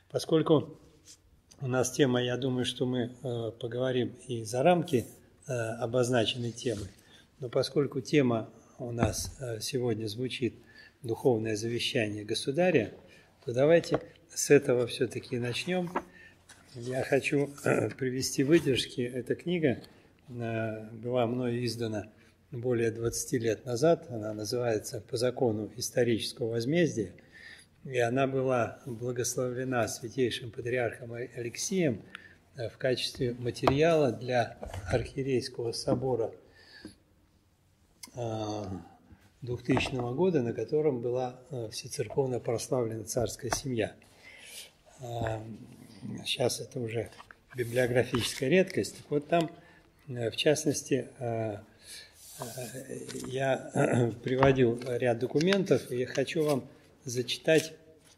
Поскольку у нас тема, я думаю, что мы поговорим и за рамки обозначенной темы, но поскольку тема у нас сегодня звучит «Духовное завещание государя», то давайте с этого все-таки начнем. Я хочу привести выдержки. Эта книга была мною издана более 20 лет назад. Она называется «По закону исторического возмездия». И она была благословлена святейшим патриархом Алексием в качестве материала для архиерейского собора 2000 года, на котором была всецерковно прославлена царская семья. Сейчас это уже библиографическая редкость. Так вот там, в частности, я приводил ряд документов, и я хочу вам зачитать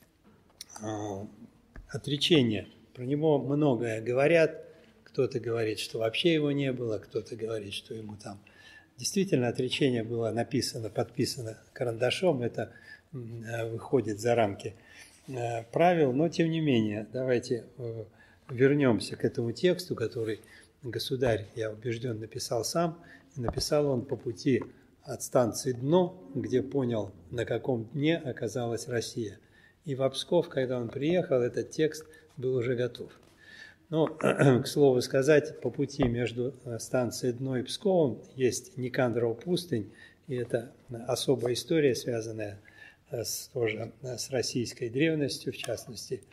отречение. Про него многое говорят. Кто-то говорит, что вообще его не было, кто-то говорит, что ему там... Действительно, отречение было написано, подписано карандашом. Это выходит за рамки правил, но тем не менее, давайте вернемся к этому тексту, который государь, я убежден, написал сам. И написал он по пути от станции Дно, где понял, на каком дне оказалась Россия. И в Псков, когда он приехал, этот текст был уже готов. Но, к слову сказать, по пути между станцией Дно и Псковом есть Никандрова пустынь, и это особая история, связанная тоже с российской древностью, в частности,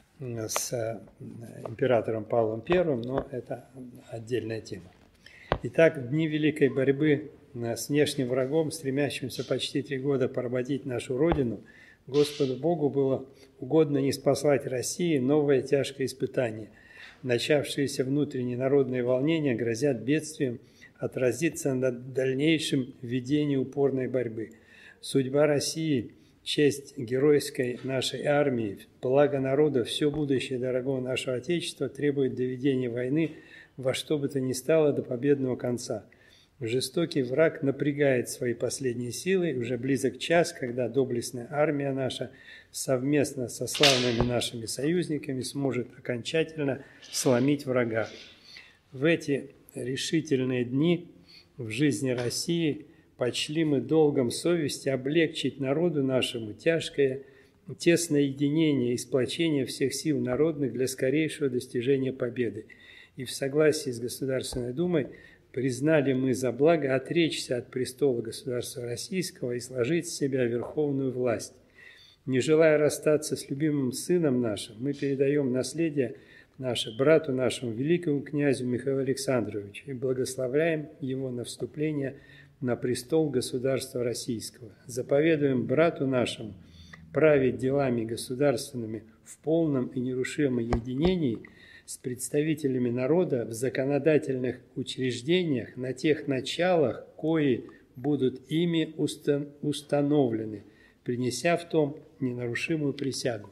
с императором Павлом I, но это отдельная тема. Итак, в дни великой борьбы с внешним врагом, стремящимся почти 3 года поработить нашу Родину, Господу Богу было угодно ниспослать России новое тяжкое испытание. Начавшиеся внутренние народные волнения грозят бедствием отразиться на дальнейшем ведении упорной борьбы. Судьба России, честь геройской нашей армии, благо народа, все будущее дорогого нашего Отечества требует доведения войны во что бы то ни стало до победного конца. Жестокий враг напрягает свои последние силы, и уже близок час, когда доблестная армия наша совместно со славными нашими союзниками сможет окончательно сломить врага. В эти решительные дни в жизни России почли мы долгом совести облегчить народу нашему тяжкое, тесное единение и сплочение всех сил народных для скорейшего достижения победы. И в согласии с Государственной Думой признали мы за благо отречься от престола государства российского и сложить с себя верховную власть. Не желая расстаться с любимым сыном нашим, мы передаем наследие наше брату нашему, великому князю Михаилу Александровичу, и благословляем его на вступление на престол государства российского. Заповедуем брату нашему править делами государственными в полном и нерушимом единении с представителями народа в законодательных учреждениях на тех началах, кои будут ими установлены, принеся в том ненарушимую присягу.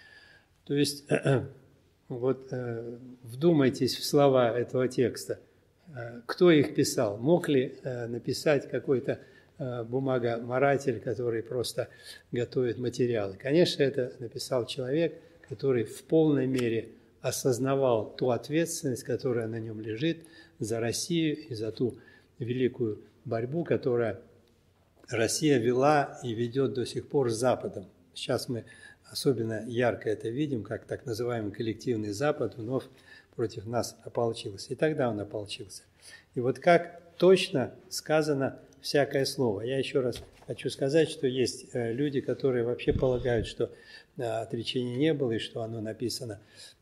То есть, вот вдумайтесь в слова этого текста. Кто их писал? Мог ли написать какой-то бумагоморатель, который просто готовит материалы? Конечно, это написал человек, который в полной мере осознавал ту ответственность, которая на нем лежит за Россию и за ту великую борьбу, которую Россия вела и ведет до сих пор с Западом. Сейчас мы особенно ярко это видим, как так называемый коллективный Запад вновь против нас ополчился. И тогда он ополчился. И вот как точно сказано всякое слово. Я еще раз хочу сказать, что есть люди, которые вообще полагают, что отречения не было и что оно написано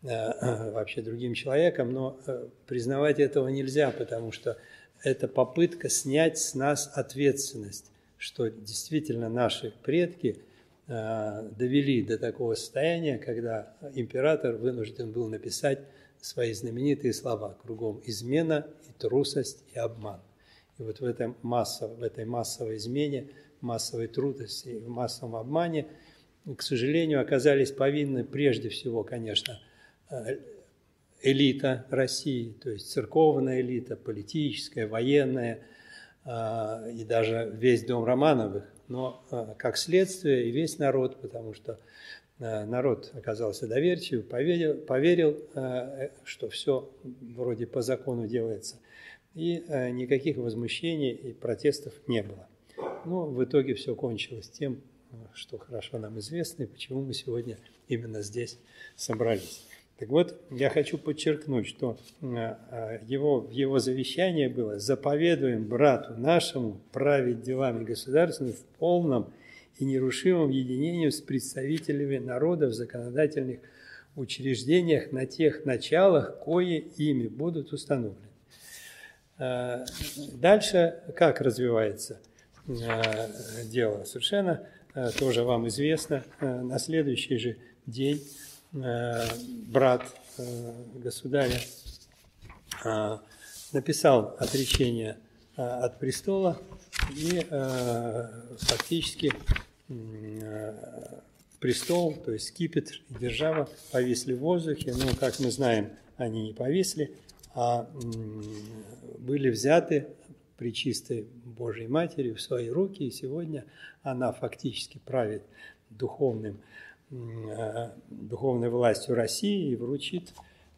вообще другим человеком, но признавать этого нельзя, потому что это попытка снять с нас ответственность, что действительно наши предки довели до такого состояния, когда император вынужден был написать свои знаменитые слова: кругом измена, и трусость, и обман. И вот в этой массовой измене, массовой трусости и в массовом обмане, к сожалению, оказались повинны прежде всего, конечно, элита России, то есть церковная элита, политическая, военная и даже весь дом Романовых, но как следствие и весь народ, потому что народ оказался доверчивым, поверил, что все вроде по закону делается, и никаких возмущений и протестов не было. Но в итоге все кончилось тем, что хорошо нам известно, и почему мы сегодня именно здесь собрались. Так вот, я хочу подчеркнуть, что в его завещании было: «Заповедуем брату нашему править делами государственными в полном и нерушимом единении с представителями народа в законодательных учреждениях на тех началах, кои ими будут установлены». Дальше как развивается дело? Совершенно тоже вам известно. На следующий же день брат государя написал отречение от престола, и фактически престол, то есть скипетр и держава повисли в воздухе, но, как мы знаем, они не повисли, а были взяты Пречистой Божией Матерью в свои руки, и сегодня она фактически правит духовной властью России и вручит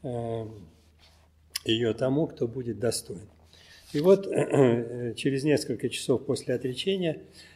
ее тому, кто будет достоин. И вот через несколько часов после отречения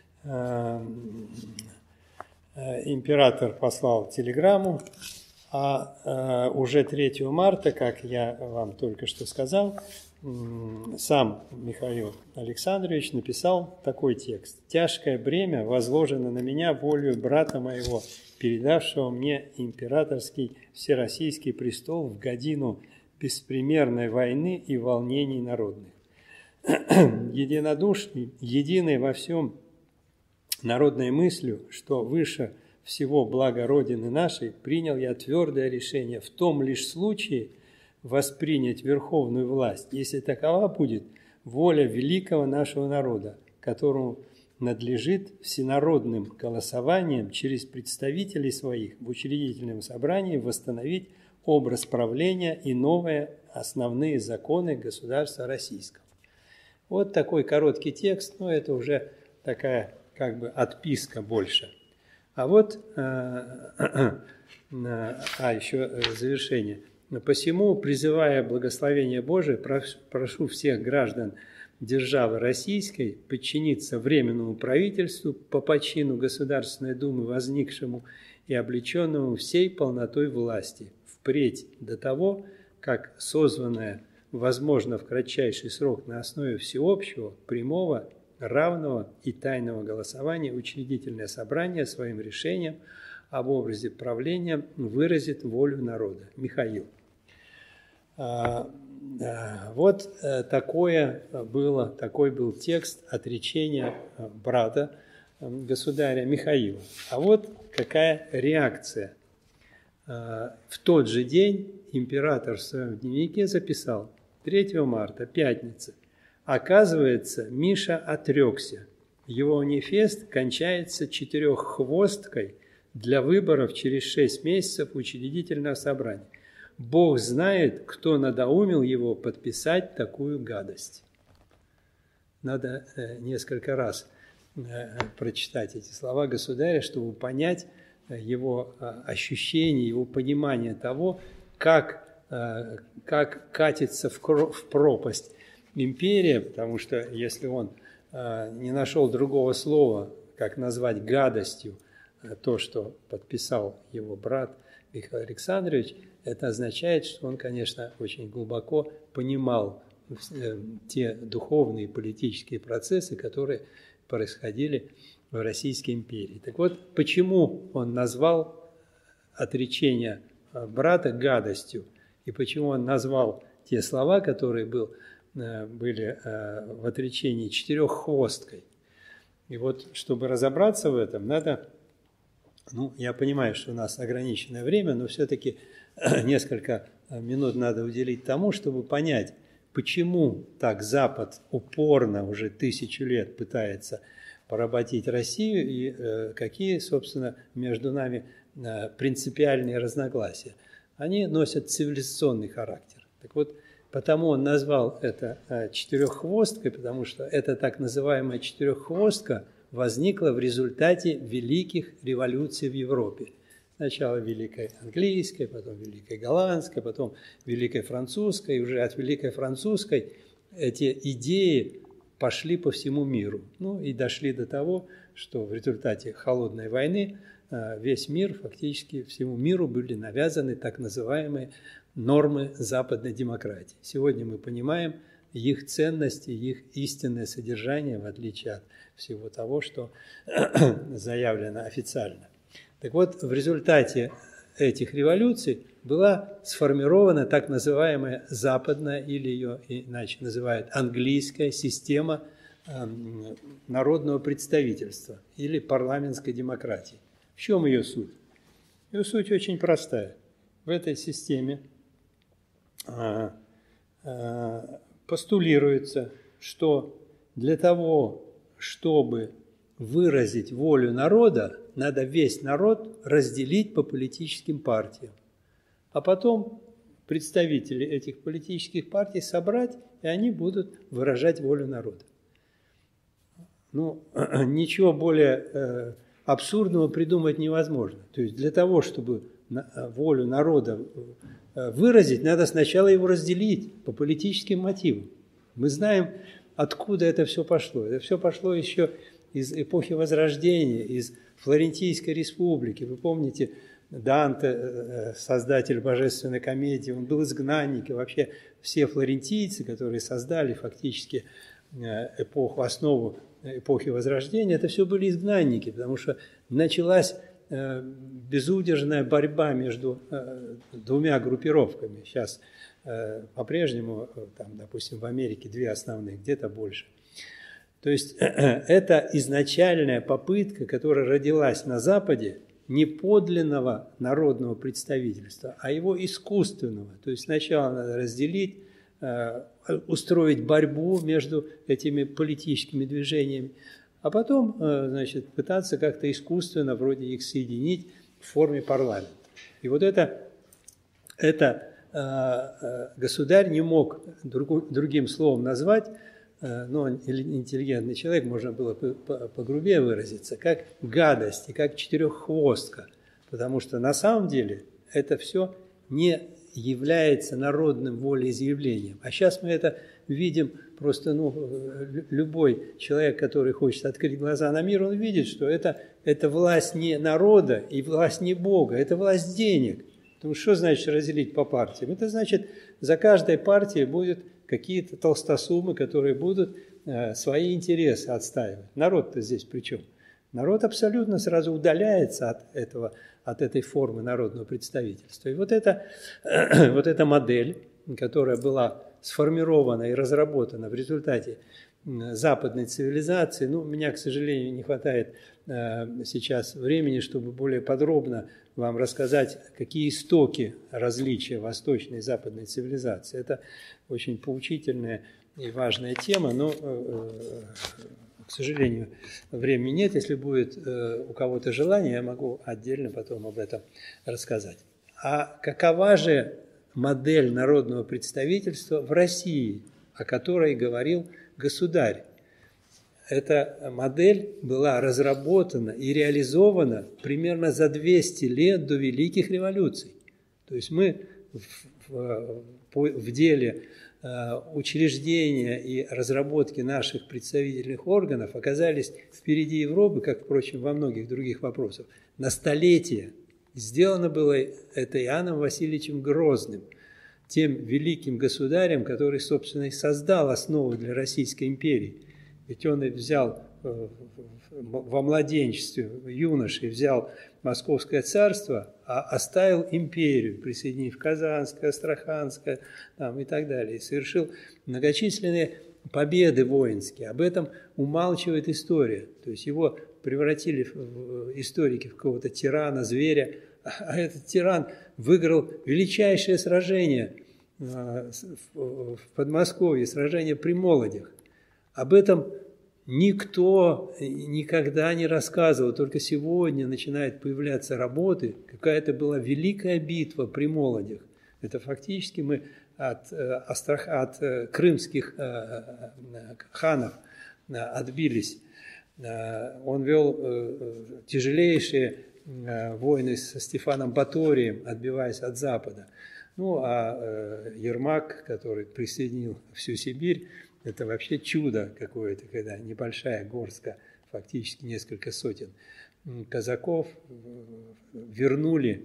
император послал телеграмму, а уже 3 марта, как я вам только что сказал, сам Михаил Александрович написал такой текст: «Тяжкое бремя возложено на меня волею брата моего, передавшего мне императорский всероссийский престол в годину беспримерной войны и волнений народных. Единодушный, единый во всем народной мыслью, что выше всего блага Родины нашей, принял я твердое решение в том лишь случае воспринять верховную власть, если такова будет воля великого нашего народа, которому надлежит всенародным голосованием через представителей своих в учредительном собрании восстановить образ правления и новые основные законы государства российского». Вот такой короткий текст, но это уже такая как бы отписка больше. А вот, еще завершение. «Посему, призывая благословение Божие, прошу всех граждан державы российской подчиниться Временному правительству по почину Государственной Думы, возникшему и облеченному всей полнотой власти, впредь до того, как созванное возможно в кратчайший срок на основе всеобщего, прямого, равного и тайного голосования учредительное собрание своим решением об образе правления выразит волю народа». Михаил. Вот такой был текст отречения брата государя Михаила. А вот какая реакция. В тот же день император в своем дневнике записал: 3 марта, пятница. Оказывается, Миша отрекся. Его манифест кончается 4-хвосткой для выборов через 6 месяцев учредительного собрания. Бог знает, кто надоумил его подписать такую гадость. Надо несколько раз прочитать эти слова государя, чтобы понять его ощущение, его понимание того, как катится в пропасть империя, потому что если он не нашел другого слова, как назвать гадостью то, что подписал его брат Михаил Александрович, это означает, что он, конечно, очень глубоко понимал те духовные и политические процессы, которые происходили в Российской империи. Так вот, почему он назвал отречение брата гадостью, и почему он назвал те слова, которые были в отречении, 4-хвосткой. И вот, чтобы разобраться в этом, надо, я понимаю, что у нас ограниченное время, но все-таки несколько минут надо уделить тому, чтобы понять, почему так Запад упорно уже 1000 лет пытается поработить Россию и какие, собственно, между нами принципиальные разногласия. Они носят цивилизационный характер. Так вот, потому он назвал это 4-хвосткой, потому что эта так называемая 4-хвостка возникла в результате великих революций в Европе. Сначала Великой Английской, потом Великой Голландской, потом Великой Французской. И уже от Великой Французской эти идеи пошли по всему миру. Ну и дошли до того, что в результате холодной войны весь мир, фактически всему миру были навязаны так называемые нормы западной демократии. Сегодня мы понимаем их ценности, их истинное содержание, в отличие от всего того, что заявлено официально. Так вот, в результате этих революций была сформирована так называемая западная, или ее иначе называют английская система народного представительства или парламентской демократии. В чем ее суть? Ее суть очень простая. В этой системе постулируется, что для того, чтобы выразить волю народа, надо весь народ разделить по политическим партиям. А потом представители этих политических партий собрать, и они будут выражать волю народа. Ну, ничего более абсурдного придумать невозможно. То есть для того, чтобы волю народа выразить, надо сначала его разделить по политическим мотивам. Мы знаем, откуда это все пошло. Это все пошло еще из эпохи Возрождения, из Флорентийской республики. Вы помните, Данте, создатель божественной комедии, он был изгнанник, и вообще все флорентийцы, которые создали фактически эпоху, основу эпохи Возрождения, это все были изгнанники, потому что началась безудержная борьба между двумя группировками. Сейчас по-прежнему, там, допустим, в Америке две основные, где-то больше. То есть это изначальная попытка, которая родилась на Западе, не подлинного народного представительства, а его искусственного. То есть сначала надо разделить, устроить борьбу между этими политическими движениями, а потом, значит, пытаться как-то искусственно вроде их соединить в форме парламента. И вот это государь не мог другим словом назвать, но интеллигентный человек, можно было погрубее выразиться, как гадость и как четыреххвостка, потому что на самом деле это все не является народным волеизъявлением. А сейчас мы это видим просто, любой человек, который хочет открыть глаза на мир, он видит, что это власть не народа и власть не Бога, это власть денег. Потому что значит разделить по партиям? Это значит, за каждой партией будут какие-то толстосумы, которые будут свои интересы отстаивать. Народ-то здесь при чем? Народ абсолютно сразу удаляется от этой формы народного представительства. И вот эта модель, которая была сформирована и разработана в результате западной цивилизации, у меня, к сожалению, не хватает сейчас времени, чтобы более подробно вам рассказать, какие истоки различия восточной и западной цивилизации. Это очень поучительная и важная тема, но, к сожалению, времени нет. Если будет у кого-то желание, я могу отдельно потом об этом рассказать. А какова же модель народного представительства в России, о которой говорил государь? Эта модель была разработана и реализована примерно за 200 лет до Великих революций. То есть мы в деле учреждения и разработки наших представительных органов оказались впереди Европы, как, впрочем, во многих других вопросах, на столетия. Сделано было это Иоанном Васильевичем Грозным, тем великим государем, который, собственно, и создал основу для Российской империи. Ведь он и взял во младенчестве, юношей, взял Московское царство, а оставил империю, присоединив Казанское, Астраханское и так далее. И совершил многочисленные победы воинские. Об этом умалчивает история. То есть его превратили историки в какого-то тирана, зверя. А этот тиран выиграл величайшее сражение в Подмосковье, сражение при Молодях. Об этом никто никогда не рассказывал, только сегодня начинают появляться работы. Какая-то была великая битва при Молодях. Это фактически мы от крымских ханов отбились. Он вел тяжелейшие войны со Стефаном Баторием, отбиваясь от Запада. Ну, а Ермак, который присоединил всю Сибирь, это вообще чудо какое-то, когда небольшая горстка, фактически несколько сотен казаков вернули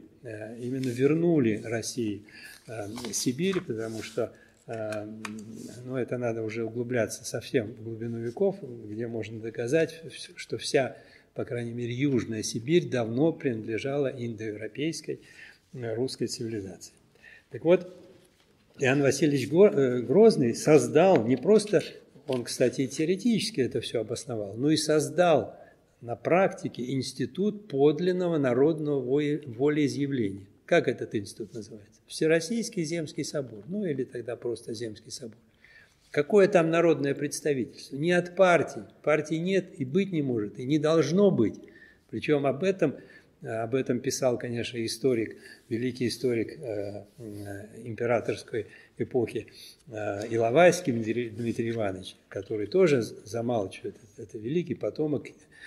России Сибирь, потому что это надо уже углубляться совсем в глубину веков, где можно доказать, что вся, по крайней мере, Южная Сибирь давно принадлежала индоевропейской русской цивилизации. Так вот, Иоанн Васильевич Грозный создал не просто, он, кстати, и теоретически это все обосновал, но и создал на практике институт подлинного народного волеизъявления. Как этот институт называется? Всероссийский земский собор, ну или тогда просто земский собор. Какое там народное представительство? Не от партий. Партий нет и быть не может, и не должно быть. Причем об этом писал, конечно, историк, великий историк императорской эпохи Иловайский Дмитрий Иванович, который тоже замалчивает. Это великий потомок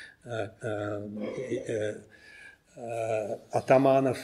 атаманов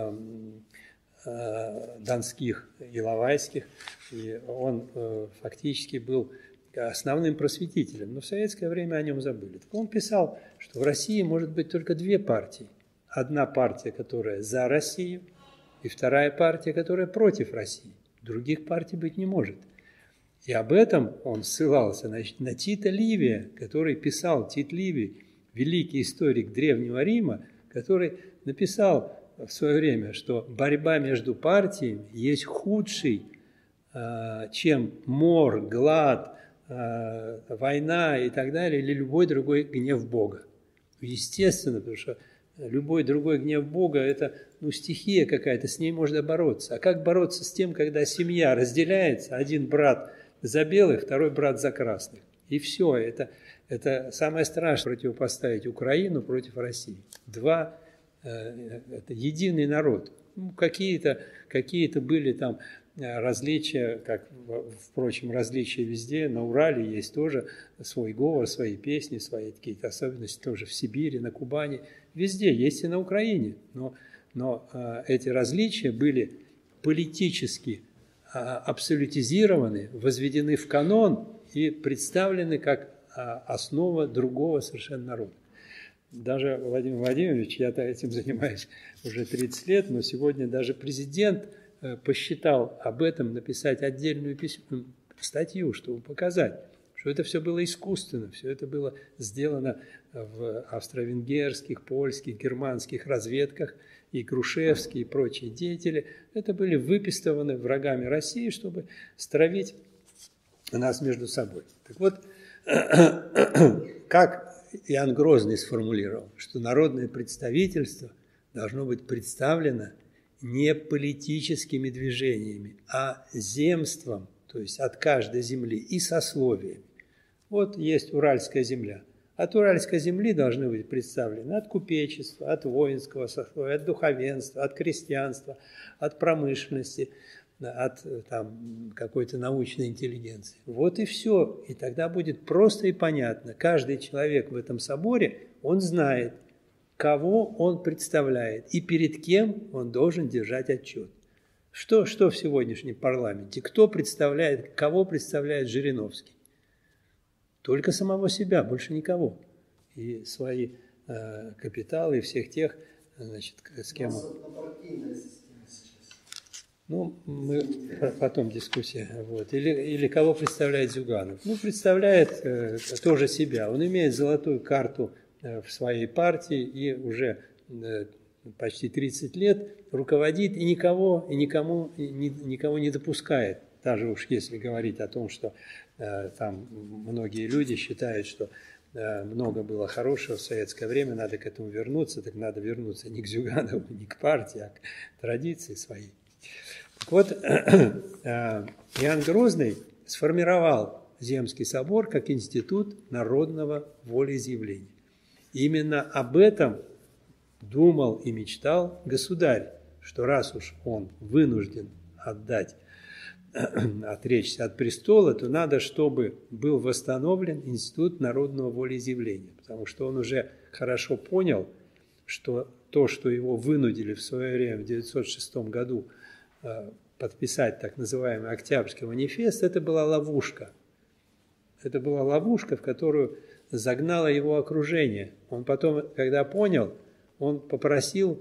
донских, иловайских, и он фактически был основным просветителем, но в советское время о нем забыли. Так он писал, что в России может быть только две партии. Одна партия, которая за Россию, и вторая партия, которая против России. Других партий быть не может. И об этом он ссылался на Тита Ливия, который писал, Тит Ливий, великий историк Древнего Рима, который написал в свое время, что борьба между партиями есть худший, чем мор, глад, война и так далее, или любой другой гнев Бога. Естественно, потому что любой другой гнев Бога – это стихия какая-то, с ней можно бороться. А как бороться с тем, когда семья разделяется, один брат за белых, второй брат за красных? И все, это самое страшное – противопоставить Украину против России. Это единый народ. Какие-то были там различия, как, впрочем, различия везде. На Урале есть тоже свой говор, свои песни, свои какие-то особенности, тоже в Сибири, на Кубани. Везде есть и на Украине. Но эти различия были политически абсолютизированы, возведены в канон и представлены как основа другого совершенно народа. Даже Владимир Владимирович, я этим занимаюсь уже 30 лет, но сегодня даже президент посчитал об этом написать отдельную статью, чтобы показать, что это все было искусственно, все это было сделано в австро-венгерских, польских, германских разведках, и Грушевский, и прочие деятели. Это были выпистованы врагами России, чтобы стравить нас между собой. Так вот, как Иоанн Грозный сформулировал, что народное представительство должно быть представлено не политическими движениями, а земством, то есть от каждой земли и сословиями. Вот есть Уральская земля. От Уральской земли должны быть представлены от купечества, от воинского сословия, от духовенства, от крестьянства, от промышленности, от какой-то научной интеллигенции. Вот и все. И тогда будет просто и понятно. Каждый человек в этом соборе, он знает, кого он представляет и перед кем он должен держать отчет. Что в сегодняшнем парламенте? Кого представляет Жириновский? Только самого себя, больше никого. И свои капиталы, и всех тех, с кем он... мы потом дискуссия. Вот. Или кого представляет Зюганов? Представляет тоже себя. Он имеет золотую карту в своей партии и уже почти 30 лет руководит и никого не допускает. Даже уж если говорить о том, что там многие люди считают, что много было хорошего в советское время, надо к этому вернуться, так надо вернуться не к Зюганову, не к партии, а к традиции своей. Так вот, Иоанн Грозный сформировал Земский собор как институт народного волеизъявления. Именно об этом думал и мечтал государь, что раз уж он вынужден отречься от престола, то надо, чтобы был восстановлен институт народного волеизъявления, потому что он уже хорошо понял, что то, что его вынудили в свое время, в 1906 году, подписать так называемый Октябрьский манифест, это была ловушка. Это была ловушка, в которую загнало его окружение. Он потом, когда понял, он попросил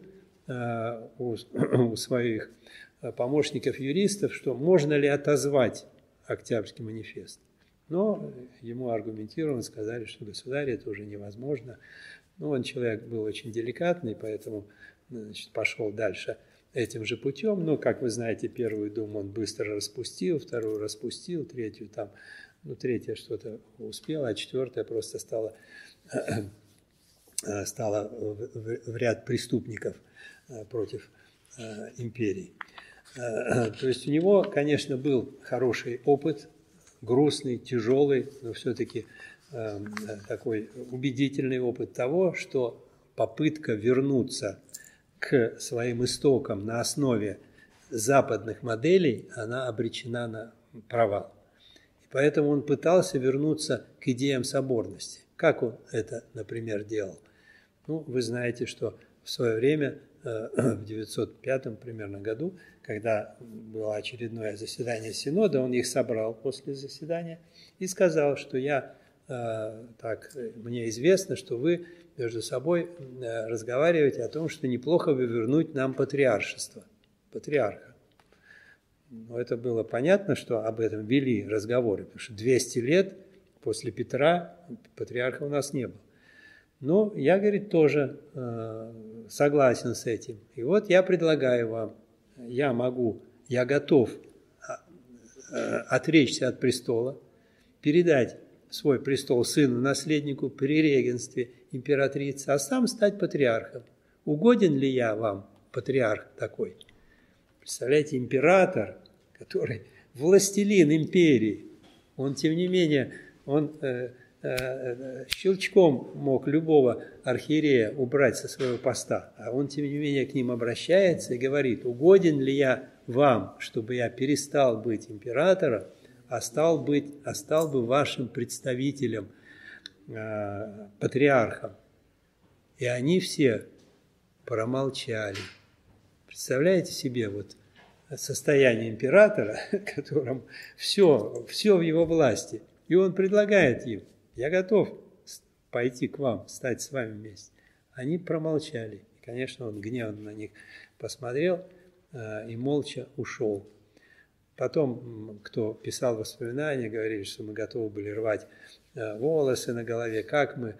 у своих помощников-юристов, что можно ли отозвать Октябрьский манифест. Но ему аргументированно сказали, что государь, это уже невозможно. Но он человек был очень деликатный, поэтому, значит, пошел дальше этим же путем. Но, как вы знаете, первую думу он быстро распустил, вторую распустил, третью там, третья что-то успела, а четвертая просто стала в ряд преступников против империи. То есть у него, конечно, был хороший опыт, грустный, тяжелый, но все-таки такой убедительный опыт того, что попытка вернуться к своим истокам на основе западных моделей, она обречена на провал. И поэтому он пытался вернуться к идеям соборности. Как он это, например, делал? Вы знаете, что в свое время, в 905 примерно году, когда было очередное заседание Синода, он их собрал после заседания и сказал, что мне известно, что вы между собой разговариваете о том, что неплохо бы вернуть нам патриаршество, патриарха. Но это было понятно, что об этом вели разговоры, потому что 200 лет после Петра патриарха у нас не было. Но я, говорит, тоже согласен с этим. И вот я предлагаю вам, я готов отречься от престола, передать свой престол сыну-наследнику при регенстве императрицы, а сам стать патриархом. Угоден ли я вам, патриарх такой? Представляете, император, который властелин империи, он, тем не менее, он щелчком мог любого архиерея убрать со своего поста, а он, тем не менее, к ним обращается и говорит: угоден ли я вам, чтобы я перестал быть императором, а стал бы вашим представителем, патриархом. И они все промолчали. Представляете себе состояние императора, которому все в его власти. И он предлагает им: я готов пойти к вам, стать с вами вместе. Они промолчали. И, конечно, он гневно на них посмотрел и молча ушел. Потом, кто писал воспоминания, говорили, что мы готовы были рвать волосы на голове, как мы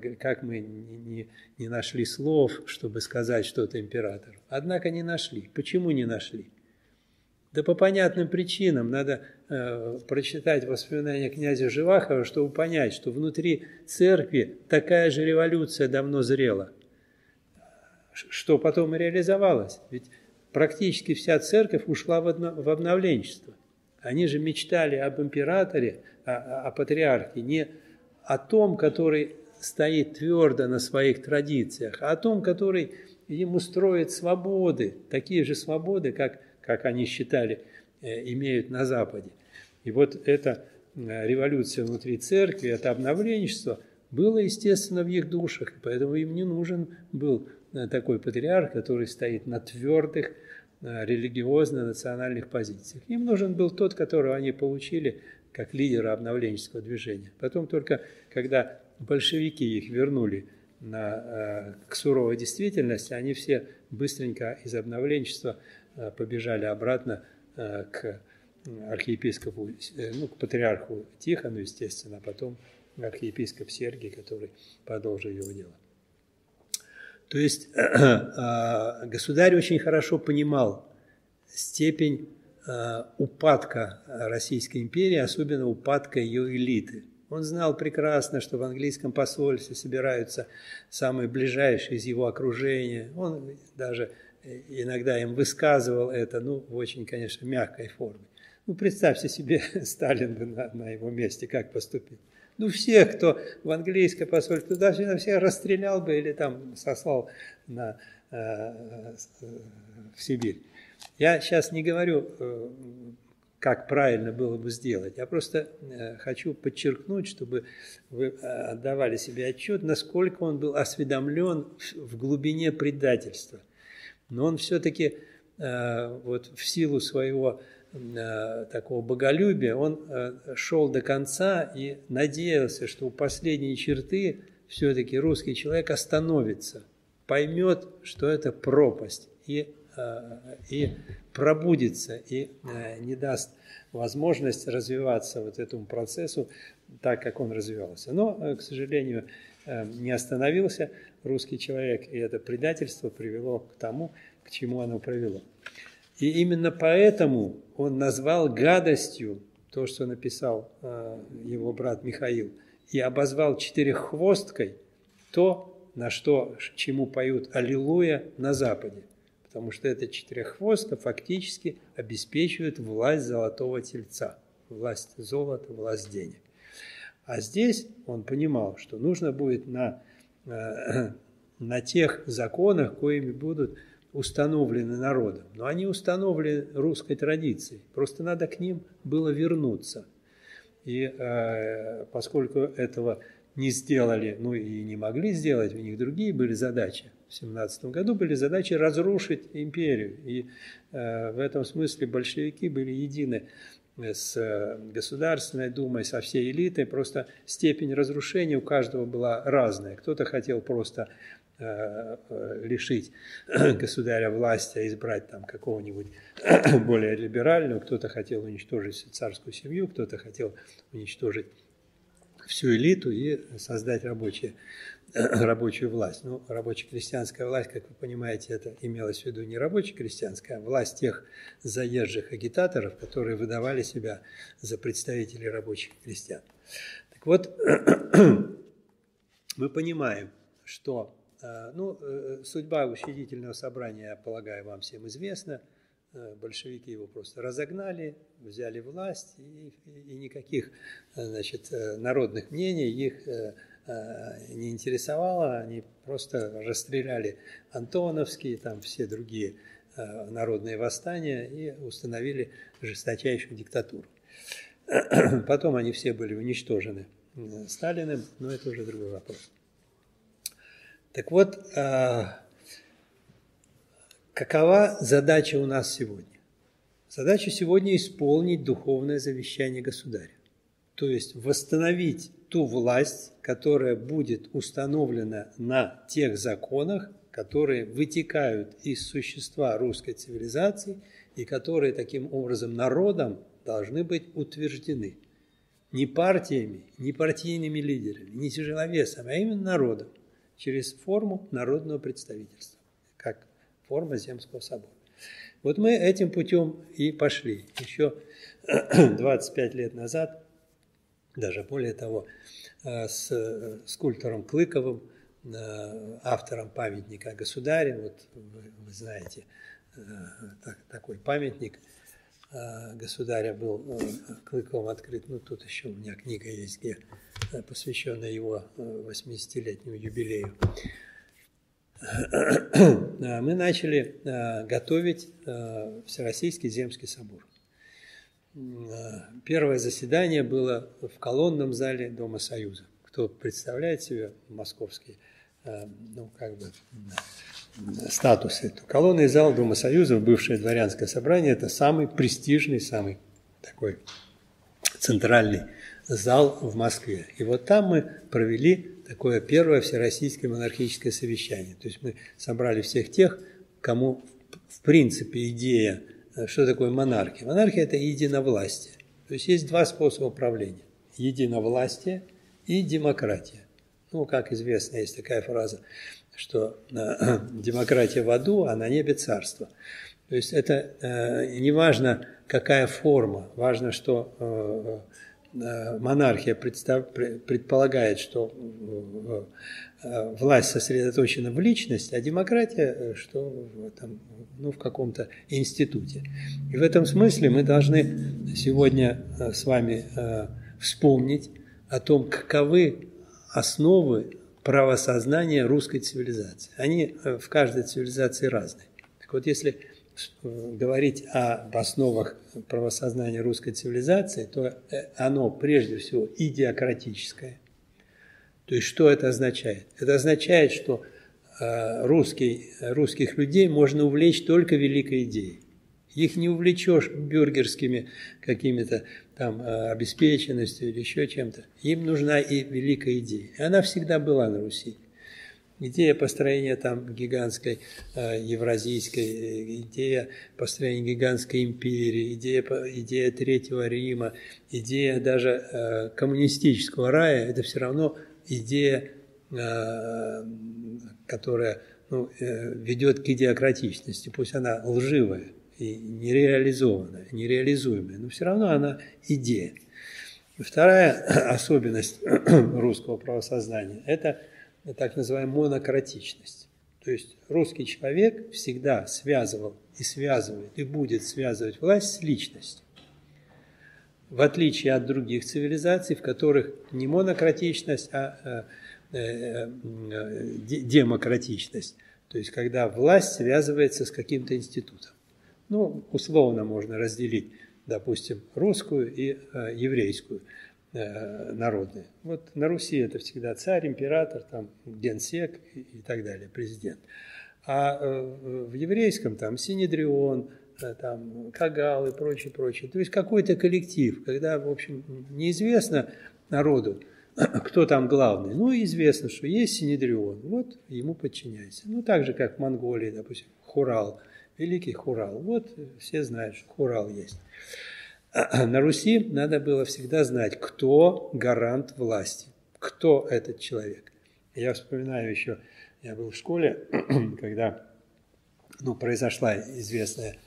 не нашли слов, чтобы сказать что-то императору. Однако не нашли. Почему не нашли? Да по понятным причинам. Надо прочитать воспоминания князя Живахова, чтобы понять, что внутри церкви такая же революция давно зрела, что потом и реализовалось. Ведь практически вся церковь ушла в обновленчество. Они же мечтали об императоре, о патриархе, не о том, который стоит твердо на своих традициях, а о том, который им устроит свободы, такие же свободы, как они считали, имеют на Западе. И вот эта революция внутри церкви, это обновленчество было, естественно, в их душах, и поэтому им не нужен был такой патриарх, который стоит на твердых религиозно-национальных позициях. Им нужен был тот, которого они получили как лидера обновленческого движения. Потом только, когда большевики их вернули к суровой действительности, они все быстренько из обновленчества побежали обратно к архиепископу, к патриарху Тихону, естественно, а потом архиепископ Сергий, который продолжил его дело. То есть государь очень хорошо понимал степень упадка Российской империи, особенно упадка ее элиты. Он знал прекрасно, что в английском посольстве собираются самые ближайшие из его окружения. Он даже иногда им высказывал это, в очень, конечно, мягкой форме. Представьте себе, Сталин бы на его месте как поступил. Всех, кто в английское посольство, туда всех расстрелял бы или там сослал в Сибирь. Я сейчас не говорю, как правильно было бы сделать. Я просто хочу подчеркнуть, чтобы вы отдавали себе отчет, насколько он был осведомлен в глубине предательства. Но он все-таки вот в силу своего такого боголюбия, он шел до конца и надеялся, что у последней черты все-таки русский человек остановится, поймет, что это пропасть, и пробудится, и не даст возможность развиваться вот этому процессу так, как он развивался. Но, к сожалению, не остановился русский человек, и это предательство привело к тому, к чему оно привело. И именно поэтому он назвал гадостью то, что написал его брат Михаил, и обозвал четыреххвосткой то, чему поют «Аллилуйя» на Западе. Потому что эта четыреххвостка фактически обеспечивает власть золотого тельца, власть золота, власть денег. А здесь он понимал, что нужно будет на тех законах, коими будут установлены народом. Но они установлены русской традицией, просто надо к ним было вернуться. И поскольку этого не сделали, ну и не могли сделать, у них другие были задачи. В 17 году были задачи разрушить империю. И в этом смысле большевики были едины с Государственной Думой, со всей элитой. Просто степень разрушения у каждого была разная. Кто-то хотел просто лишить государя власти, а избрать там какого-нибудь более либерального, кто-то хотел уничтожить царскую семью, кто-то хотел уничтожить всю элиту и создать рабочую власть. Ну, рабоче-крестьянская власть, как вы понимаете, это имелось в виду не рабоче-крестьянская, а власть тех заезжих агитаторов, которые выдавали себя за представителей рабочих крестьян. Так вот, мы понимаем, что судьба Учредительного собрания, я полагаю, вам всем известна. Большевики его просто разогнали, взяли власть, и никаких, народных мнений их не интересовало. Они просто расстреляли Антоновские, там все другие народные восстания и установили жесточайшую диктатуру. Потом они все были уничтожены Сталиным, но это уже другой вопрос. Так вот, какова задача у нас сегодня? Задача сегодня исполнить духовное завещание государя, то есть восстановить ту власть, которая будет установлена на тех законах, которые вытекают из существа русской цивилизации и которые таким образом народом должны быть утверждены. Не партиями, не партийными лидерами, не тяжеловесами, а именно народом, через форму народного представительства, как форма Земского собора. Вот мы этим путем и пошли. Еще 25 лет назад, даже более того, с скульптором Клыковым, автором памятника государя, вот вы знаете, такой памятник государя был Клыковым открыт. Ну, тут еще у меня книга есть, где посвященная его 80-летнему юбилею. Мы начали готовить Всероссийский Земский собор. Первое заседание было в колонном зале Дома Союза. Кто представляет себе московский, статусы. Колонный зал Дома Союза, бывшее дворянское собрание, это самый престижный, самый такой центральный зал в Москве. И вот там мы провели такое первое всероссийское монархическое совещание. То есть мы собрали всех тех, кому в принципе идея, что такое монархия. Монархия – это единовластие. То есть есть два способа правления – единовластие и демократия. Ну, как известно, есть такая фраза, что демократия в аду, а на небе царство. То есть это не важно, какая форма, важно, что монархия предполагает, что власть сосредоточена в личности, а демократия, что там, в каком-то институте. И в этом смысле мы должны сегодня с вами вспомнить о том, каковы основы правосознания русской цивилизации. Они в каждой цивилизации разные. Так вот, если говорить об основах правосознания русской цивилизации, то оно прежде всего идеократическое. То есть что это означает? Это означает, что русских людей можно увлечь только великой идеей. Их не увлечешь бюргерскими какими-то там обеспеченностью или еще чем-то. Им нужна и великая идея. И она всегда была на Руси. Идея построения там гигантской евразийской, идея построения гигантской империи, идея Третьего Рима, идея даже коммунистического рая – это все равно идея, которая ведет к идеократичности. Пусть она лживая и нереализованная, нереализуемая, но все равно она идея. И вторая особенность русского правосознания – это так называемая монократичность. То есть русский человек всегда связывал и связывает, и будет связывать власть с личностью. В отличие от других цивилизаций, в которых не монократичность, а демократичность. То есть когда власть связывается с каким-то институтом. Условно можно разделить, допустим, русскую и еврейскую народные. Вот на Руси это всегда царь, император, там, генсек и так далее, президент. А в еврейском там Синедрион, там, Кагал и прочее, прочее. То есть какой-то коллектив, когда, в общем, неизвестно народу, кто там главный. Известно, что есть Синедрион, вот ему подчиняйся. Так же, как в Монголии, допустим, Хурал, великий Хурал. Вот все знают, что Хурал есть. На Руси надо было всегда знать, кто гарант власти, кто этот человек. Я вспоминаю еще, я был в школе, когда произошла известный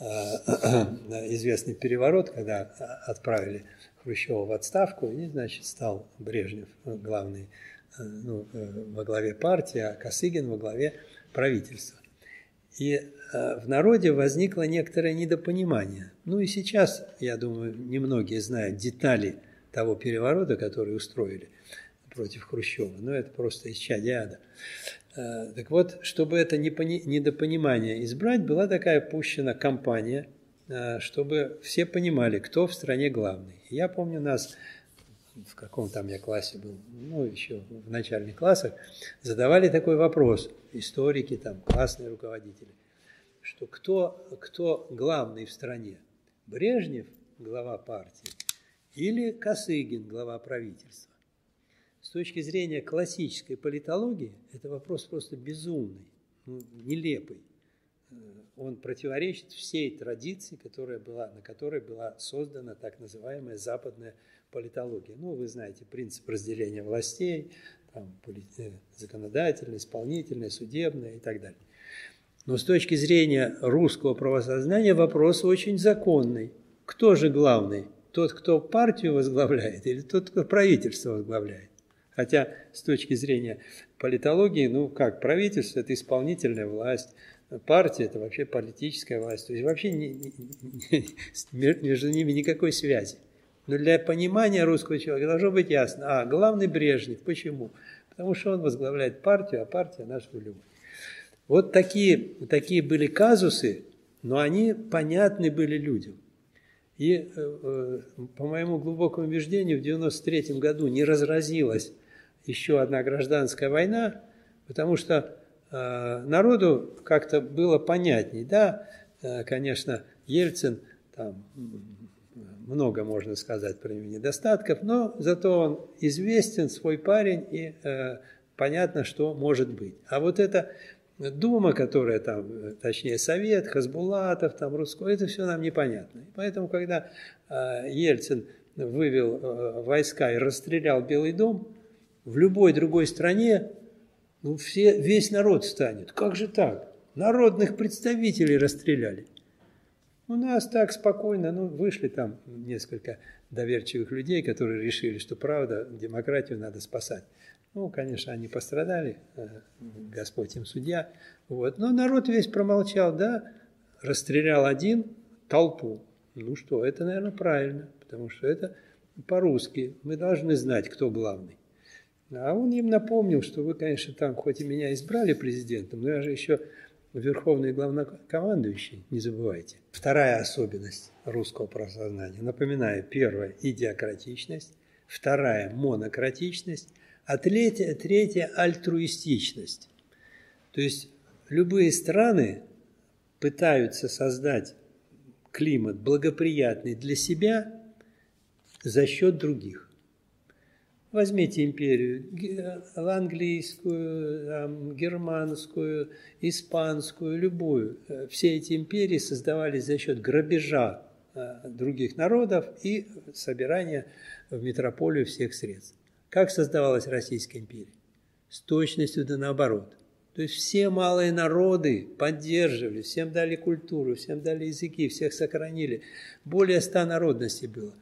переворот, когда отправили Хрущева в отставку, и, значит, стал Брежнев главный во главе партии, а Косыгин во главе правительства. И в народе возникло некоторое недопонимание. И сейчас, я думаю, немногие знают детали того переворота, который устроили против Хрущева. Это просто исчадие ада. Так вот, чтобы это недопонимание избрать, была такая пущена кампания, чтобы все понимали, кто в стране главный. Я помню, нас в каком там я классе был, еще в начальных классах, задавали такой вопрос, историки, там, классные руководители, что кто главный в стране? Брежнев, глава партии, или Косыгин, глава правительства? С точки зрения классической политологии, это вопрос просто безумный, нелепый. Он противоречит всей традиции, на которой была создана так называемая западная политология. Вы знаете принцип разделения властей, там, законодательная, исполнительная, судебная и так далее. Но с точки зрения русского правосознания вопрос очень законный. Кто же главный? Тот, кто партию возглавляет, или тот, кто правительство возглавляет? Хотя с точки зрения политологии, правительство – это исполнительная власть, партия – это вообще политическая власть. То есть вообще между ними никакой связи. Но для понимания русского человека должно быть ясно. Главный Брежнев. Почему? Потому что он возглавляет партию, а партия – наша любовь. Вот такие были казусы, но они понятны были людям. И, по моему глубокому убеждению, в 1993 году не разразилась еще одна гражданская война, потому что народу как-то было понятней. Да, конечно, Ельцин, там много можно сказать про него недостатков, но зато он известен, свой парень, и понятно, что может быть. А вот эта Дума, которая там, точнее Совет, Хасбулатов, там Русской, это все нам непонятно. И поэтому, когда Ельцин вывел войска и расстрелял Белый дом, в любой другой стране весь народ встанет. Как же так? Народных представителей расстреляли. У нас так спокойно, вышли там несколько доверчивых людей, которые решили, что правда, демократию надо спасать. Конечно, они пострадали, Господь им судья. Но народ весь промолчал, да, расстрелял один толпу. Что, это, наверное, правильно, потому что это по-русски. Мы должны знать, кто главный. А он им напомнил, что вы, конечно, там хоть и меня избрали президентом, но я же еще верховный главнокомандующий, не забывайте. Вторая особенность русского правосознания. Напоминаю, первая – идиократичность, вторая – монократичность, а третья – альтруистичность. То есть любые страны пытаются создать климат благоприятный для себя за счет других. Возьмите империю английскую, германскую, испанскую, любую. Все эти империи создавались за счет грабежа других народов и собирания в метрополию всех средств. Как создавалась Российская империя? С точностью да наоборот. То есть все малые народы поддерживали, всем дали культуру, всем дали языки, всех сохранили. Более 100 народностей было.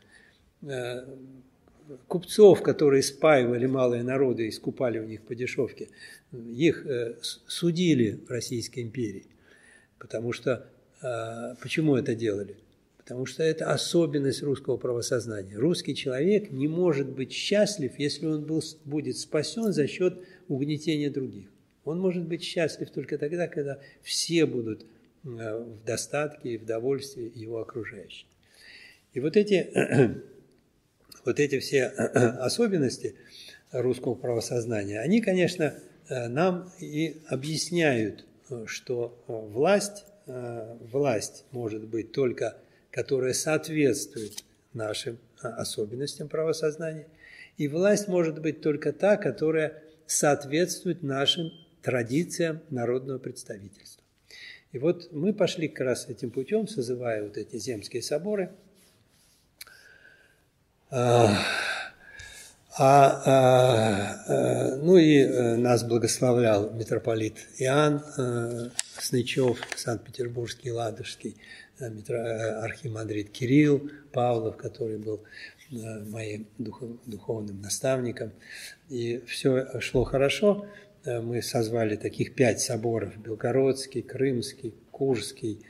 Купцов, которые спаивали малые народы и скупали у них по дешевке, их судили в Российской империи. Потому что, почему это делали? Потому что это особенность русского правосознания. Русский человек не может быть счастлив, если он будет спасен за счет угнетения других. Он может быть счастлив только тогда, когда все будут в достатке и в довольстве его окружающих. И вот эти все особенности русского правосознания, они, конечно, нам и объясняют, что власть может быть только, которая соответствует нашим особенностям правосознания, и власть может быть только та, которая соответствует нашим традициям народного представительства. И вот мы пошли как раз этим путем, созывая вот эти земские соборы. Ну и нас благословлял митрополит Иоанн Снычев, Санкт-Петербургский, Ладожский, архимандрит Кирилл Павлов, который был моим духовным наставником. И все шло хорошо. Мы созвали таких 5 соборов: Белгородский, Крымский, Курский,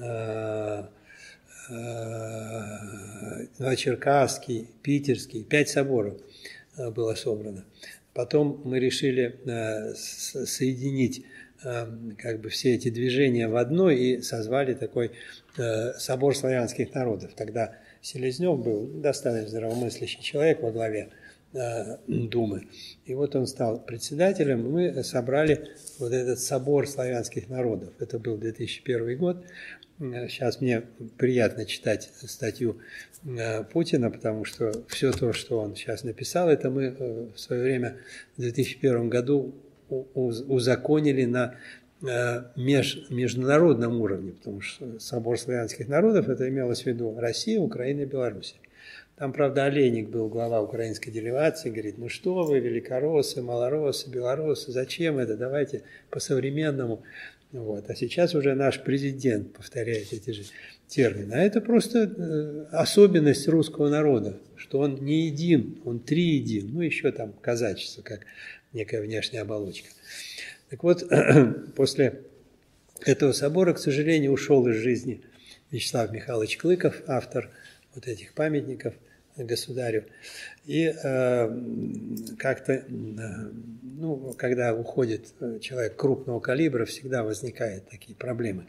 Новочеркасский, Питерский. 5 соборов было собрано. Потом мы решили соединить как бы все эти движения в одно и созвали такой собор славянских народов. Тогда Селезнев был достаточно здравомыслящий человек во главе Думы. И вот он стал председателем, и мы собрали вот этот собор славянских народов. Это был 2001 год. Сейчас мне приятно читать статью Путина, потому что все то, что он сейчас написал, это мы в свое время в 2001 году узаконили на международном уровне, потому что собор славянских народов, это имелось в виду Россия, Украина и Белоруссия. Там, правда, Олейник был глава украинской делегации, говорит: ну что вы, великороссы, малороссы, белороссы, зачем это, давайте по-современному. Вот. А сейчас уже наш президент повторяет эти же термины. А это просто особенность русского народа, что он не един, он триедин, ну еще там казачество, как некая внешняя оболочка. Так вот, после этого собора, к сожалению, ушел из жизни Вячеслав Михайлович Клыков, автор вот этих памятников государю. И как-то, ну, когда уходит человек крупного калибра, всегда возникают такие проблемы.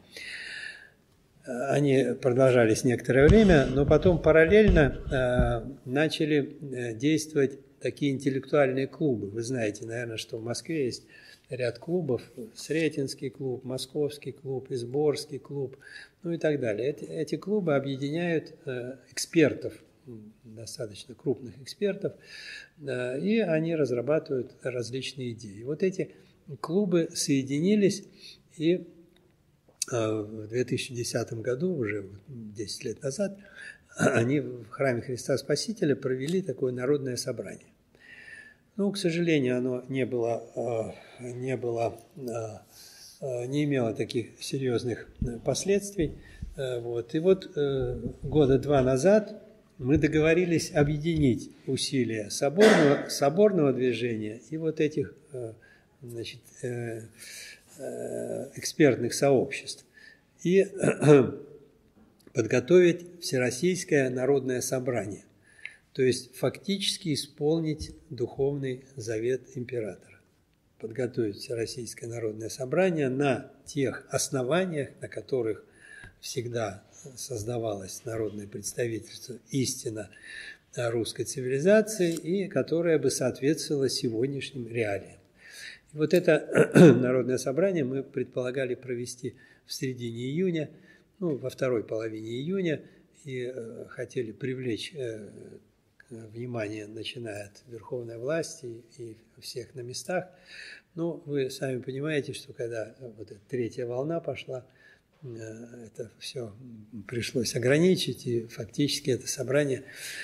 Они продолжались некоторое время, но потом параллельно начали действовать такие интеллектуальные клубы. Вы знаете, наверное, что в Москве есть ряд клубов: Сретенский клуб, Московский клуб, Изборский клуб, ну и так далее. Эти клубы объединяют экспертов, достаточно крупных экспертов, и они разрабатывают различные идеи. Вот эти клубы соединились, и в 2010 году, уже 10 лет назад, они в храме Христа Спасителя провели такое народное собрание. Ну, к сожалению, оно не имело таких серьезных последствий. Вот. И вот года 2 назад мы договорились объединить усилия соборного движения и вот этих, значит, экспертных сообществ и подготовить Всероссийское народное собрание. То есть фактически исполнить духовный завет императора. подготовить Всероссийское народное собрание на тех основаниях, на которых всегда создавалось народное представительство истинно русской цивилизации и которое бы соответствовало сегодняшним реалиям. И вот это народное собрание мы предполагали провести в середине июня, во второй половине июня, и хотели привлечь внимание, начиная от верховной власти и всех на местах. Но вы сами понимаете, что когда вот эта третья волна пошла, это все пришлось ограничить, и фактически это собрание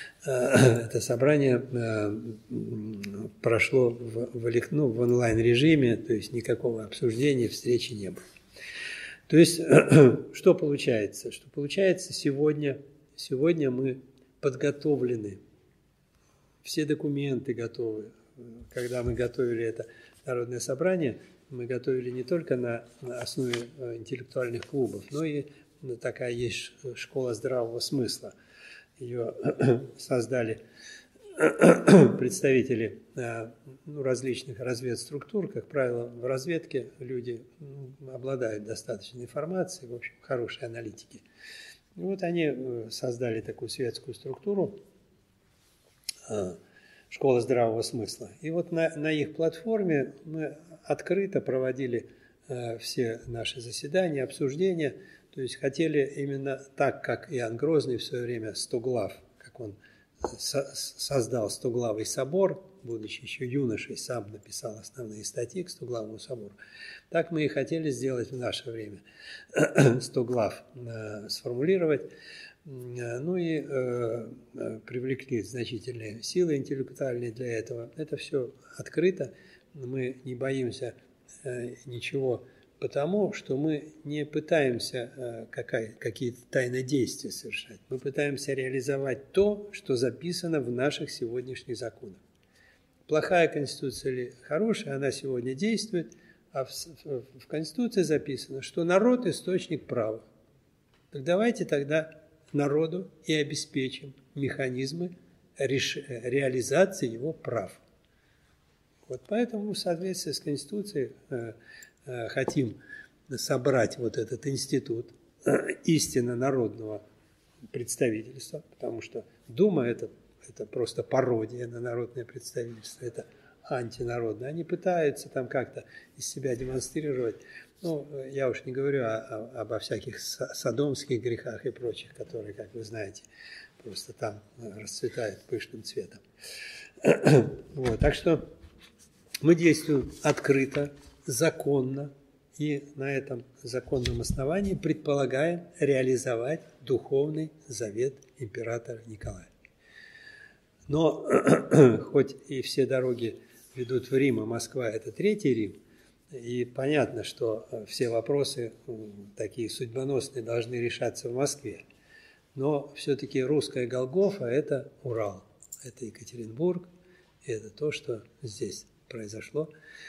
прошло в онлайн-режиме, то есть никакого обсуждения, встречи не было. То есть что получается? Что получается сегодня мы подготовлены, все документы готовы. Когда мы готовили это народное собрание, мы готовили не только на основе интеллектуальных клубов, но и такая есть школа здравого смысла. Ее создали представители различных разведструктур. Как правило, в разведке люди обладают достаточной информацией, в общем, хорошие аналитики. И вот они создали такую светскую структуру, школа здравого смысла. И вот на их платформе мы открыто проводили все наши заседания, обсуждения. То есть хотели именно так, как Иоанн Грозный в свое время Стоглав, как он создал Стоглавый собор, будучи еще юношей, сам написал основные статьи к Стоглавному собору. Так мы и хотели сделать в наше время. Стоглав сформулировать. Ну и привлекли значительные силы интеллектуальные для этого. Это все открыто. Мы не боимся ничего, потому что мы не пытаемся какие-то тайные действия совершать. Мы пытаемся реализовать то, что записано в наших сегодняшних законах. Плохая конституция или хорошая, она сегодня действует, а в конституции записано, что народ – источник права. Так давайте тогда народу и обеспечим механизмы реализации его прав. Вот поэтому в соответствии с Конституцией хотим собрать вот этот институт истинно народного представительства, потому что Дума – это просто пародия на народное представительство, это антинародное. Они пытаются там как-то из себя демонстрировать. Ну, я уж не говорю обо всяких содомских грехах и прочих, которые, как вы знаете, просто там расцветают пышным цветом. Вот, так что мы действуем открыто, законно, и на этом законном основании предполагаем реализовать духовный завет императора Николая. Но хоть и все дороги ведут в Рим, а Москва – это Третий Рим, и понятно, что все вопросы такие судьбоносные должны решаться в Москве. Но все-таки русская Голгофа – это Урал, это Екатеринбург, и это то, что здесь произошло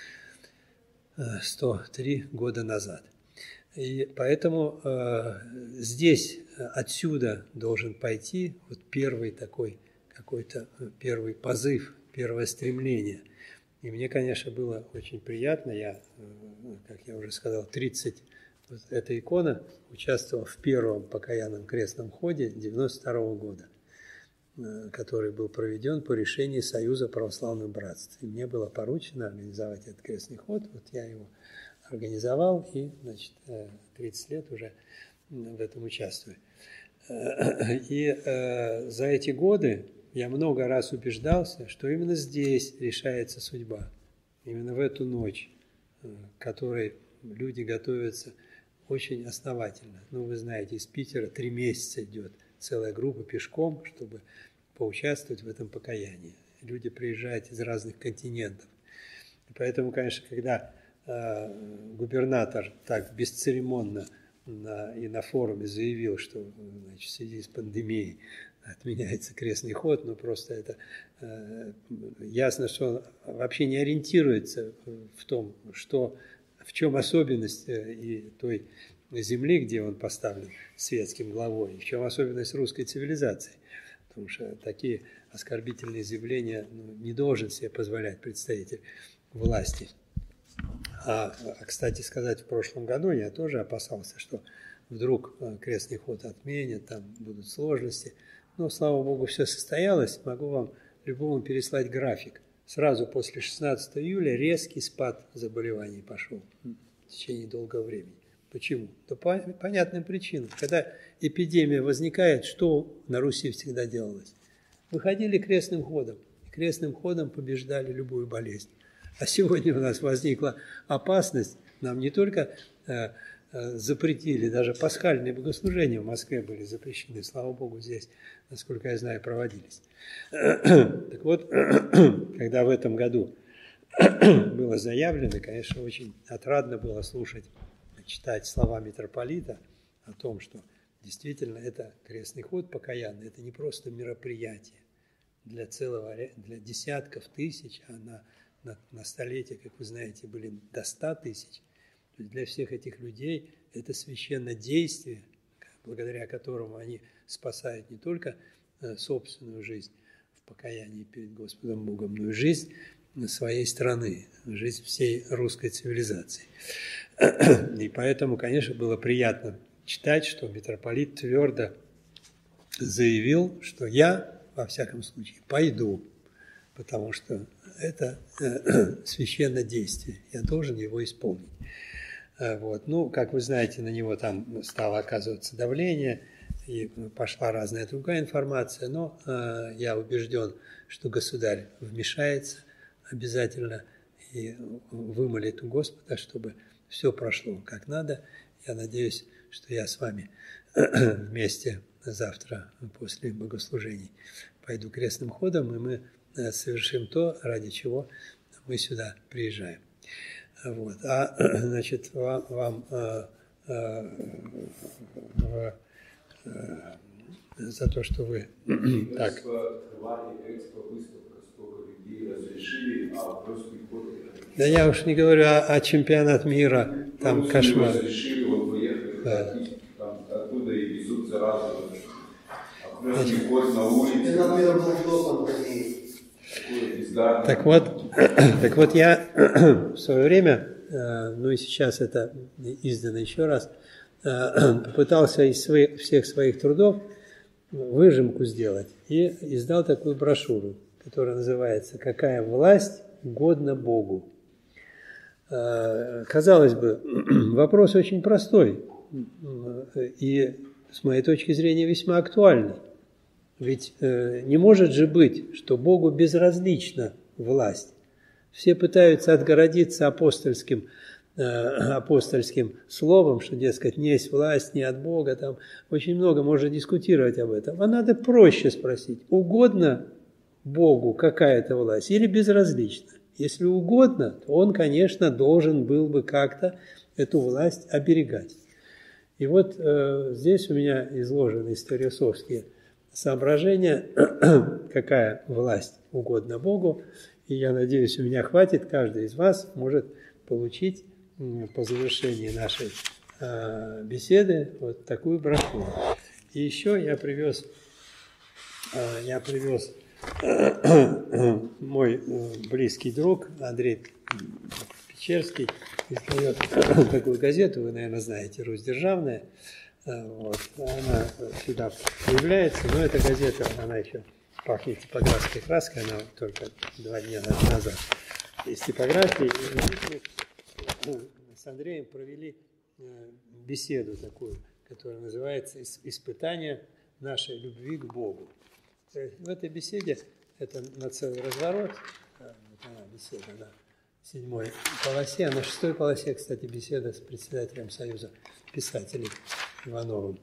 103 года назад. И поэтому здесь, отсюда должен пойти вот первый такой какой-то первый позыв, первое стремление. И мне, конечно, было очень приятно. Я, как я уже сказал, 30, вот эта икона участвовала в первом покаянном крестном ходе 1992 года, который был проведен по решению Союза православных братств. И мне было поручено организовать этот крестный ход. Вот я его организовал и, значит, 30 лет уже в этом участвую. И за эти годы я много раз убеждался, что именно здесь решается судьба. Именно в эту ночь, к которой люди готовятся очень основательно. Ну, вы знаете, из Питера 3 месяца идет целая группа пешком, чтобы поучаствовать в этом покаянии. Люди приезжают из разных континентов. И поэтому, конечно, когда губернатор так бесцеремонно и на форуме заявил, что, значит, в связи с пандемией отменяется крестный ход, но просто это ясно, что он вообще не ориентируется в том, в чем особенность и той земли, где он поставлен светским главой, и в чем особенность русской цивилизации. Потому что такие оскорбительные заявления не должен себе позволять представитель власти. Кстати сказать, в прошлом году я тоже опасался, что вдруг крестный ход отменят, там будут сложности. Но, слава Богу, все состоялось. Могу вам любому переслать график. Сразу после 16 июля резкий спад заболеваний пошел в течение долгого времени. Почему? Да по понятным причинам. Когда эпидемия возникает, что на Руси всегда делалось? Выходили крестным ходом. И крестным ходом побеждали любую болезнь. А сегодня у нас возникла опасность. Нам не только запретили, даже пасхальные богослужения в Москве были запрещены. Слава Богу, здесь, насколько я знаю, проводились. Так вот, когда в этом году было заявлено, конечно, очень отрадно было слушать, читать слова митрополита о том, что действительно это крестный ход покаянный, это не просто мероприятие для десятков тысяч, а на столетие, как вы знаете, были до 100 тысяч. То есть для всех этих людей это священное действие, благодаря которому они спасают не только собственную жизнь в покаянии перед Господом Богом, но и жизнь своей страны, жизнь всей русской цивилизации. И поэтому, конечно, было приятно читать, что митрополит твердо заявил, что я, во всяком случае, пойду, потому что это священное действие, я должен его исполнить. Вот. Ну, как вы знаете, на него там стало оказываться давление, и пошла разная другая информация, но я убежден, что государь вмешается обязательно и вымолит у Господа, чтобы все прошло как надо. Я надеюсь, что я с вами вместе завтра после богослужений пойду крестным ходом, и мы совершим то, ради чего мы сюда приезжаем. Вот. Значит, вам за то, что вы так. Да я уж не говорю о чемпионат мира, там кошмар. Разрешили, вот поехали, да. Там оттуда и везут заразу. Просто ход на улице. Так вот я в свое время, ну и сейчас это издано еще раз, попытался из всех своих трудов выжимку сделать и издал такую брошюру, которая называется «Какая власть угодна Богу». Казалось бы, вопрос очень простой и, с моей точки зрения, весьма актуальный. Ведь не может же быть, что Богу безразлична власть. Все пытаются отгородиться апостольским словом, что, дескать, не есть власть, не от Бога. Там очень много можно дискутировать об этом. А надо проще спросить, угодно Богу какая-то власть или безразлична? Если угодно, то он, конечно, должен был бы как-то эту власть оберегать. И вот здесь у меня изложены историосовские соображения, какая власть угодна Богу. И я надеюсь, у меня хватит, каждый из вас может получить по завершении нашей беседы вот такую брошюру. И еще я привез мой близкий друг Андрей Печерский, издает такую газету, вы, наверное, знаете, «Русь державная». Вот. Она сюда появляется, но эта газета, она еще пахнет типографской краской, она только 2 дня назад из типографии. И мы с Андреем провели беседу такую, которая называется «Испытание нашей любви к Богу». В этой беседе, это на целый разворот, вот она беседа на 7-й полосе, а на 6-й полосе, кстати, беседа с председателем Союза писателей Ивановым.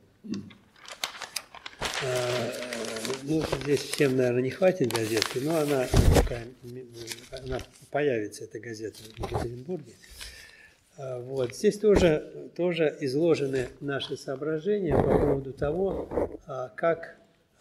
Ну, здесь всем, наверное, не хватит газеты, но она появится, эта газета, в Екатеринбурге. Вот. Здесь тоже изложены наши соображения по поводу того, как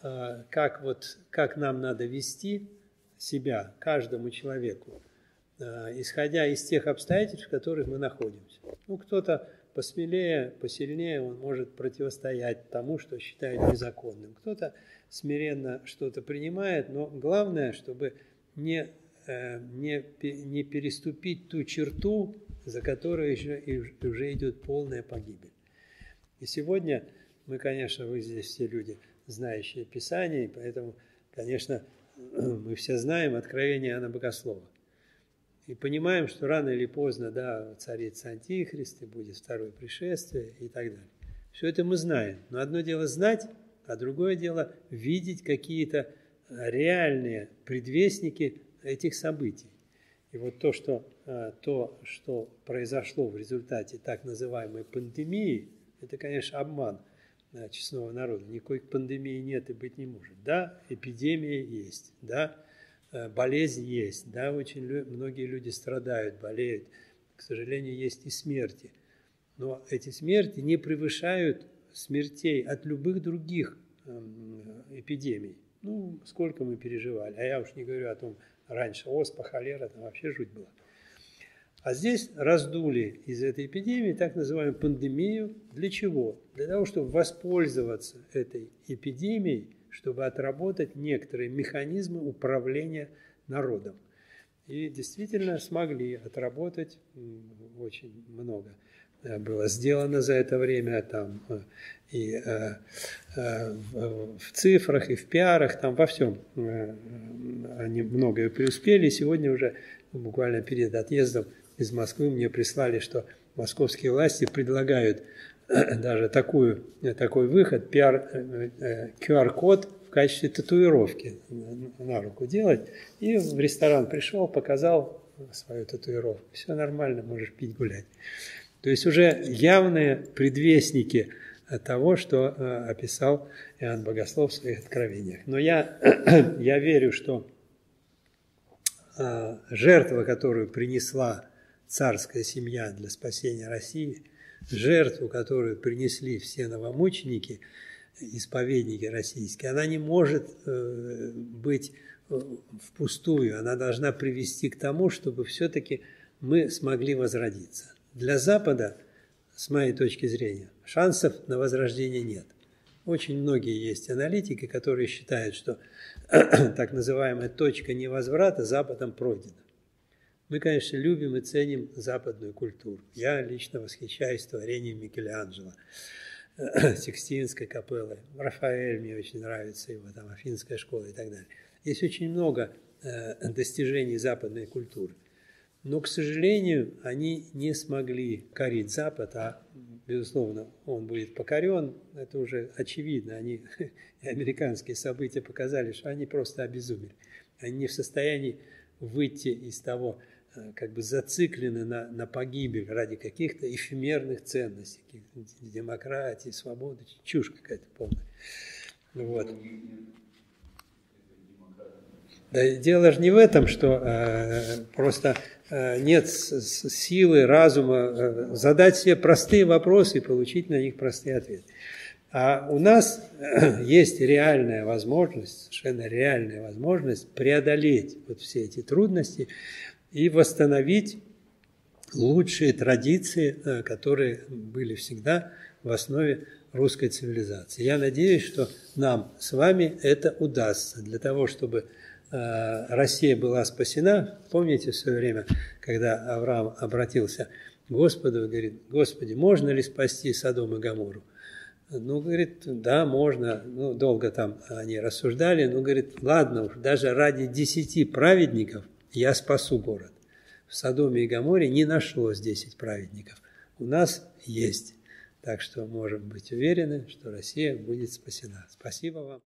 нам надо вести себя, каждому человеку, исходя из тех обстоятельств, в которых мы находимся. Ну, кто-то посмелее, посильнее, он может противостоять тому, что считает незаконным. Кто-то смиренно что-то принимает, но главное, чтобы не переступить ту черту, за которой уже идет полная погибель. И сегодня мы, конечно, вы здесь все люди, знающие Писание, и поэтому, конечно, мы все знаем откровение Иоанна Богослова. И понимаем, что рано или поздно, да, царится Антихрист, и будет второе пришествие и так далее. Все это мы знаем. Но одно дело знать, а другое дело видеть какие-то реальные предвестники этих событий. И вот то, что произошло в результате так называемой пандемии, это, конечно, обман честного народа. Никакой пандемии нет и быть не может. Да, эпидемия есть, да, болезнь есть, да, очень многие люди страдают, болеют. К сожалению, есть и смерти. Но эти смерти не превышают смертей от любых других эпидемий. Ну, сколько мы переживали. А я уж не говорю о том, раньше оспа, холера, там вообще жуть была. А здесь раздули из этой эпидемии так называемую пандемию. Для чего? Для того, чтобы воспользоваться этой эпидемией, чтобы отработать некоторые механизмы управления народом. И действительно смогли отработать, очень много было сделано за это время, там, и в цифрах, и в пиарах, там во всем они многое преуспели. Сегодня уже буквально перед отъездом из Москвы мне прислали, что московские власти предлагают даже такой выход, QR-код в качестве татуировки на руку делать. И в ресторан пришел, показал свою татуировку. Все нормально, можешь пить, гулять. То есть уже явные предвестники того, что описал Иоанн Богослов в своих откровениях. Но я верю, что жертва, которую принесла царская семья для спасения России, жертву, которую принесли все новомученики, исповедники российские, она не может быть впустую, она должна привести к тому, чтобы все-таки мы смогли возродиться. Для Запада, с моей точки зрения, шансов на возрождение нет. Очень многие есть аналитики, которые считают, что так называемая точка невозврата Западом пройдена. Мы, конечно, любим и ценим западную культуру. Я лично восхищаюсь творением Микеланджело, Сикстинской капеллы. Рафаэль мне очень нравится, его там Афинская школа и так далее. Есть очень много достижений западной культуры. Но, к сожалению, они не смогли корить Запад, а, безусловно, он будет покорен. Это уже очевидно. И американские события показали, что они просто обезумели. Они не в состоянии выйти из того, как бы зациклены на погибель ради каких-то эфемерных ценностей, демократии, свободы, чушь какая-то полная. Вот. Да, дело же не в этом, что просто нет силы, разума задать себе простые вопросы и получить на них простые ответы. А у нас есть реальная возможность, совершенно реальная возможность преодолеть вот все эти трудности и восстановить лучшие традиции, которые были всегда в основе русской цивилизации. Я надеюсь, что нам с вами это удастся для того, чтобы Россия была спасена. Помните в свое время, когда Авраам обратился к Господу и говорит: «Господи, можно ли спасти Содом и Гоморру?» Ну, говорит, да, можно. Ну, долго там они рассуждали. Ну, говорит, ладно уж, даже ради 10 праведников я спасу город. В Содоме и Гоморре не нашлось 10 праведников. У нас есть. Так что можем быть уверены, что Россия будет спасена. Спасибо вам.